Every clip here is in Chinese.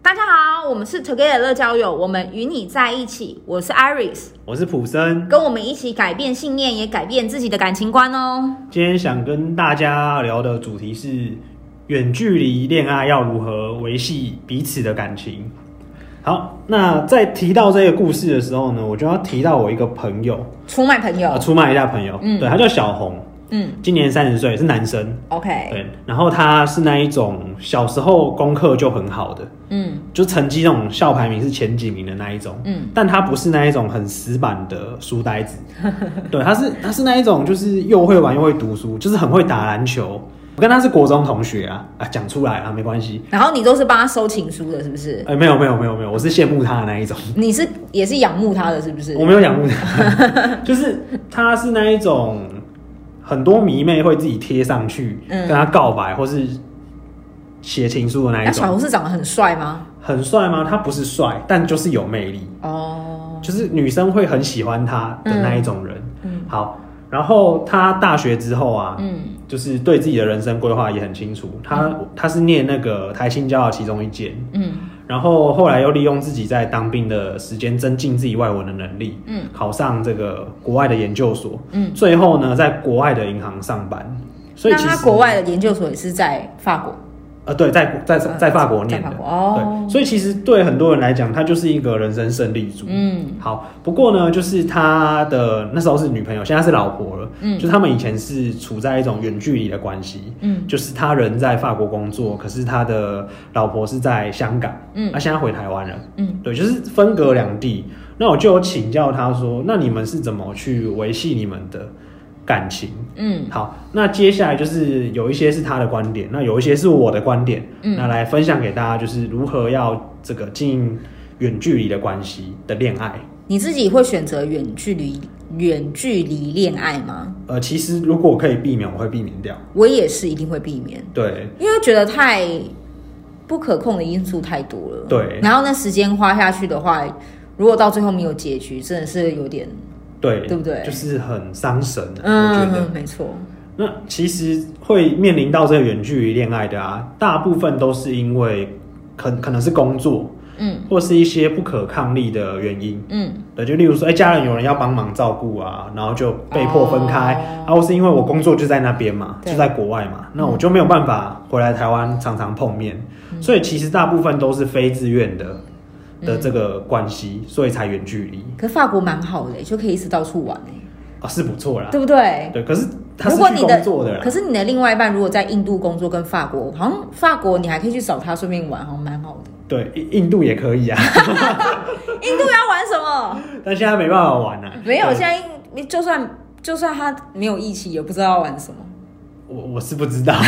大家好，我们是 Together 乐交友，我们与你在一起。我是 Iris， 我是普森， 跟我们一起改变信念，也改变自己的感情观哦。 今天想跟大家聊的主题是远距离恋爱要如何维系彼此的感情。好，那在提到这个故事的时候呢，我就要提到我一个朋友， 出卖朋友， 出卖一下朋友，对，他叫小红。今年30岁，是男生。 OK， 对，然后他是那一种小时候功课就很好的，就成绩那种校排名是前几名的那一种，但他不是那一种很死板的书呆子，对，他是那一种就是又会玩又会读书，就是很会打篮球。我跟他是国中同学啊，讲出来啊，没关系。 然后你都是帮他收情书的，是不是？ 没有，我是羡慕他的那一种。 你是也是仰慕他的，是不是？ 我没有仰慕他，就是他是那一种。很多迷妹会自己贴上去，跟他告白，或是写情书的那一种。 小红是长得很帅吗？ 很帅吗？他不是帅，但就是有魅力。哦，就是女生会很喜欢他的那一种人。好，然后他大学之后啊，就是对自己的人生规划也很清楚。他是念那个台清交的其中一间。然后后来又利用自己在当兵的时间增进自己外文的能力，考上这个国外的研究所，最后呢在国外的银行上班。所以其实那他国外的研究所也是在法国。 对，在法国念的。对，所以其实对很多人来讲，他就是一个人生胜利组。好，不过呢，就是他的那时候是女朋友，现在是老婆了。就他们以前是处在一种远距离的关系。就是他人在法国工作，可是他的老婆是在香港。他现在回台湾了。对，就是分隔两地。那我就有请教他说，那你们是怎么去维系你们的感情？好，那接下来就是有一些是他的观点，那有一些是我的观点，那来分享给大家，就是如何要这个经营远距离的关系的恋爱。 你自己会选择远距离恋爱吗？ 其实如果我可以避免，我会避免掉。 我也是一定会避免， 对， 因为觉得太不可控的因素太多了。 对， 然后那时间花下去的话，如果到最后没有结局，真的是有点。对不对？ 就是很伤神我觉得没错。 那其实会面临到这个远距离恋爱的啊，大部分都是因为可能是工作，或是一些不可抗力的原因，对，就例如说，家人有人要帮忙照顾啊，然后就被迫分开，或是因为我工作就在那边嘛，就在国外嘛，那我就没有办法回来台湾常常碰面，所以其实大部分都是非自愿的这个关系，所以才远距离。 可是法国蛮好的，就可以一直到处玩是不错啦， 对不对？ 对，可是他是去工作的啦。 可是你的另外一半如果在印度工作，跟法国好像法国你还可以去找他顺便玩，好像蛮好的。 对，印度也可以啊。 印度要玩什么？ 但现在没办法玩啊。 没有，现在就算他没有义气，也不知道要玩什么。 我是不知道。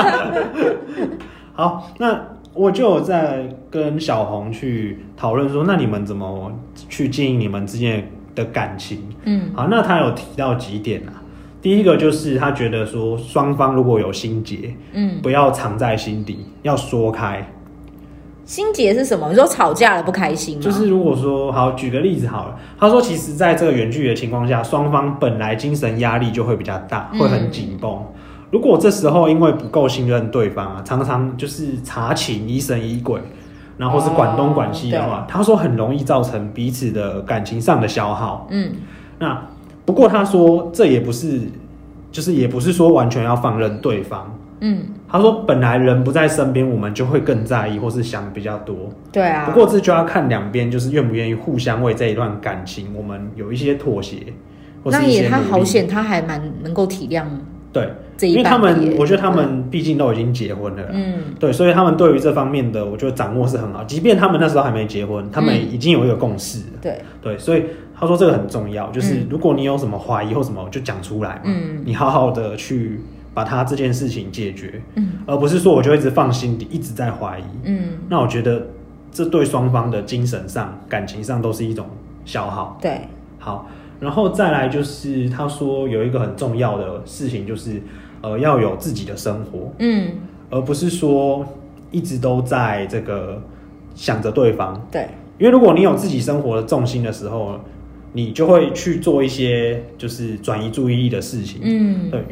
好，那我就有在跟小红去讨论说，那你们怎么去经营你们之间的感情？好，那他有提到几点啊。第一个就是他觉得说，双方如果有心结，不要藏在心底，要说开。 心结是什么？你说吵架了不开心吗？ 就是如果说好，举个例子好了，他说其实在这个远距离的情况下，双方本来精神压力就会比较大，会很紧绷。如果这时候因为不够信任对方啊，常常就是查寝疑神疑鬼，然后是管东管西的话，他说很容易造成彼此的感情上的消耗。那不过他说这也不是，就是也不是说完全要放任对方。他说本来人不在身边，我们就会更在意或是想比较多。对啊。不过这就要看两边就是愿不愿意互相为这一段感情，我们有一些妥协，或是一些努力。 那他好险，他还蛮能够体谅。 对，因为他们，我觉得他们毕竟都已经结婚了啦，对，所以他们对于这方面的，我觉得掌握是很好。即便他们那时候还没结婚，他们已经有一个共识了。对，所以他说这个很重要，就是如果你有什么怀疑或什么，就讲出来嘛，你好好的去把他这件事情解决，而不是说我就一直放心底，一直在怀疑。那我觉得这对双方的精神上、感情上都是一种消耗。对，好。然后再来就是他说有一个很重要的事情，就是要有自己的生活，而不是说一直都在这个想着对方。对，因为如果你有自己生活的重心的时候，你就会去做一些就是转移注意力的事情。对，因为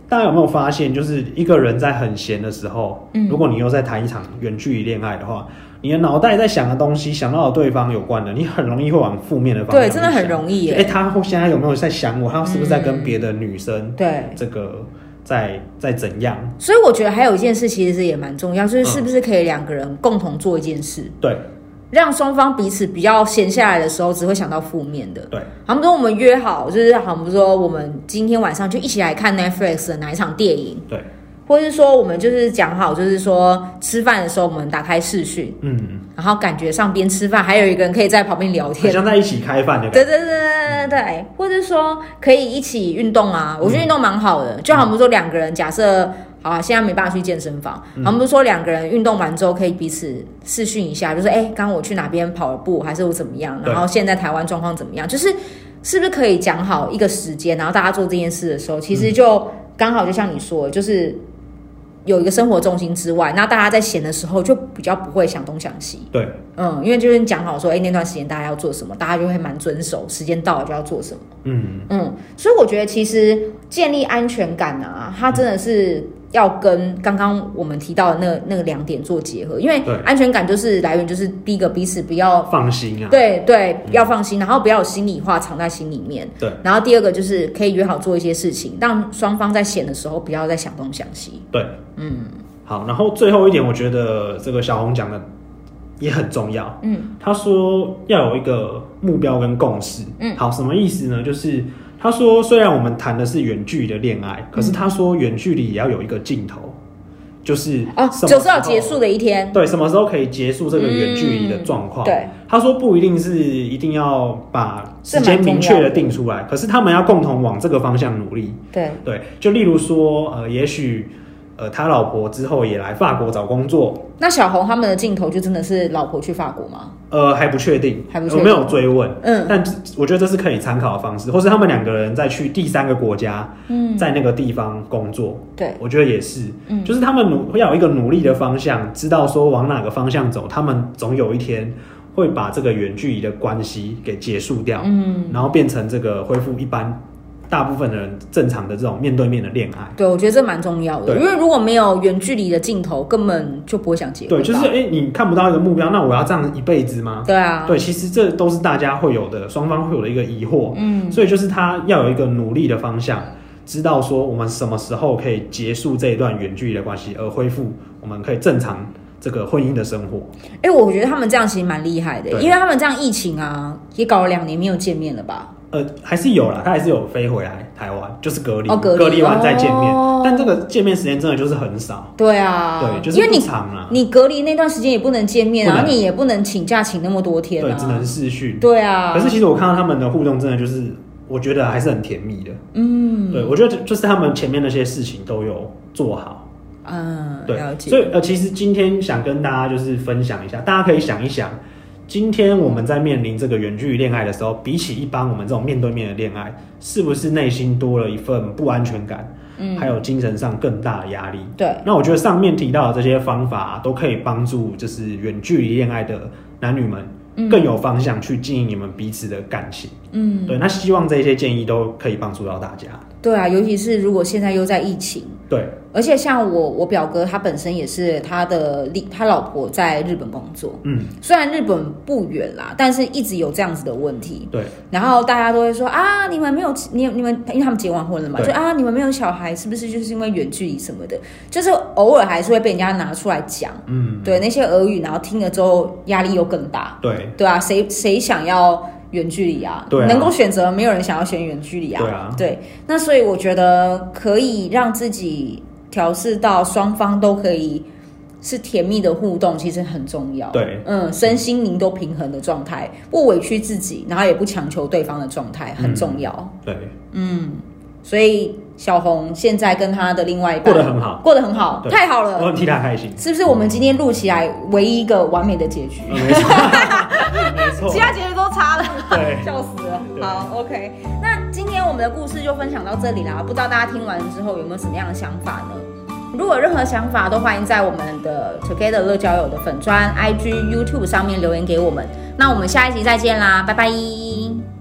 大家有没有发现，就是一个人在很闲的时候，如果你又在谈一场远距离恋爱的话，你的脑袋在想的东西，想到的对方有关的，你很容易会往负面的方向想。 对，真的很容易耶。 他现在有没有在想我？他是不是在跟别的女生？对，这个在怎样？ 所以我觉得还有一件事其实也蛮重要，就是是不是可以两个人共同做一件事？ 对。 让双方彼此比较闲下来的时候，只会想到负面的。 对， 他们说我们约好，就是好，比如说我们今天晚上就一起来看 Netflix 的哪一场电影。 对， 或是说我们就是讲好，就是说吃饭的时候我们打开视讯，然后感觉上边吃饭，还有一个人可以在旁边聊天， 好像在一起开饭的感觉。对，或者说可以一起运动啊，我觉得运动蛮好的。就好，比如说两个人，假设。好啊，现在没办法去健身房。我们说两个人运动完之后可以彼此视讯一下，就说刚刚我去哪边跑了步，还是我怎么样，然后现在台湾状况怎么样，就是是不是可以讲好一个时间，然后大家做这件事的时候，其实就刚好就像你说的，就是有一个生活重心之外，那大家在闲的时候就比较不会想东想西。 对， 因为就是讲好说，那段时间大家要做什么，大家就会蛮遵守，时间到了就要做什么。所以我觉得其实建立安全感啊，它真的是要跟刚刚我们提到的那个2点做结合，因为安全感就是来源就是第一个彼此不要放心啊， 对，要放心，然后不要有心里话藏在心里面。对，然后第二个就是可以约好做一些事情，让双方在闲的时候不要再想东想西。 对，好，然后最后一点，我觉得这个小红讲的也很重要。他说要有一个目标跟共识。好，什么意思呢？就是他说虽然我们谈的是远距离的恋爱，可是他说远距离也要有一个尽头，就是就是要结束的一天。 对，什么时候可以结束这个远距离的状况？对，他说不一定是一定要把时间明确的定出来，可是他们要共同往这个方向努力。对，就例如说，也许。他老婆之后也来法国找工作。 那小红他们的镜头就真的是老婆去法国吗？ 还不确定，我没有追问。但我觉得这是可以参考的方式，或是他们2个人再去第3个国家，在那个地方工作。对，我觉得也是。就是他们要有一个努力的方向，知道说往哪个方向走，他们总有一天会把这个远距离的关系给结束掉，然后变成这个恢复一般。大部分的人正常的这种面对面的恋爱， 对，我觉得这蛮重要的，因为如果没有远距离的镜头，根本就不会想结婚。 对，就是你看不到一个目标，那我要这样一辈子吗？ 对啊， 对，其实这都是大家会有的，双方会有的一个疑惑。所以就是他要有一个努力的方向，知道说我们什么时候可以结束这一段远距离的关系，而恢复我们可以正常这个婚姻的生活。 我觉得他们这样其实蛮厉害的，因为他们这样疫情啊，也搞了2年没有见面了吧？ 还是有啦，他还是有飞回来台湾，就是隔离完再见面，但这个见面时间真的就是很少。 对啊， 对，就是不长啊。 你隔离那段时间也不能见面，然后你也不能请假请那么多天， 对，只能视讯。 对啊。可是其实我看到他们的互动，真的就是我觉得还是很甜蜜的。对，我觉得就是他们前面那些事情都有做好。对，了解。所以其实今天想跟大家就是分享一下，大家可以想一想。今天我们在面临这个远距离恋爱的时候，比起一般我们这种面对面的恋爱，是不是内心多了一份不安全感？还有精神上更大的压力。对，那我觉得上面提到的这些方法都可以帮助，就是远距离恋爱的男女们更有方向去经营你们彼此的感情。对，那希望这些建议都可以帮助到大家。 对啊，尤其是如果现在又在疫情。对，而且像我表哥他本身也是他老婆在日本工作，虽然日本不远啦，但是一直有这样子的问题。对，然后大家都会说啊，你们没有你们，因为他们结完婚了嘛，就啊你们没有小孩，是不是就是因为远距离什么的？就是偶尔还是会被人家拿出来讲，对那些俄语，然后听了之后压力又更大。对啊，谁想要？远距离啊，能够选择，没有人想要选远距离啊。对，那所以我觉得可以让自己调试到双方都可以是甜蜜的互动，其实很重要。对，身心灵都平衡的状态，不委屈自己，然后也不强求对方的状态，很重要。对，所以小红现在跟他的另外一半过得很好，太好了， 我很替他开心。 是不是我们今天录起来唯一一个完美的结局？ 没错， 其他结局都差了，对，笑死了。好 ，OK， 那今天我们的故事就分享到这里啦。不知道大家听完之后有没有什么样的想法呢？如果有任何想法，都欢迎在我们的 Together 乐交友的粉专、IG、YouTube 上面留言给我们。那我们下一集再见啦，拜拜。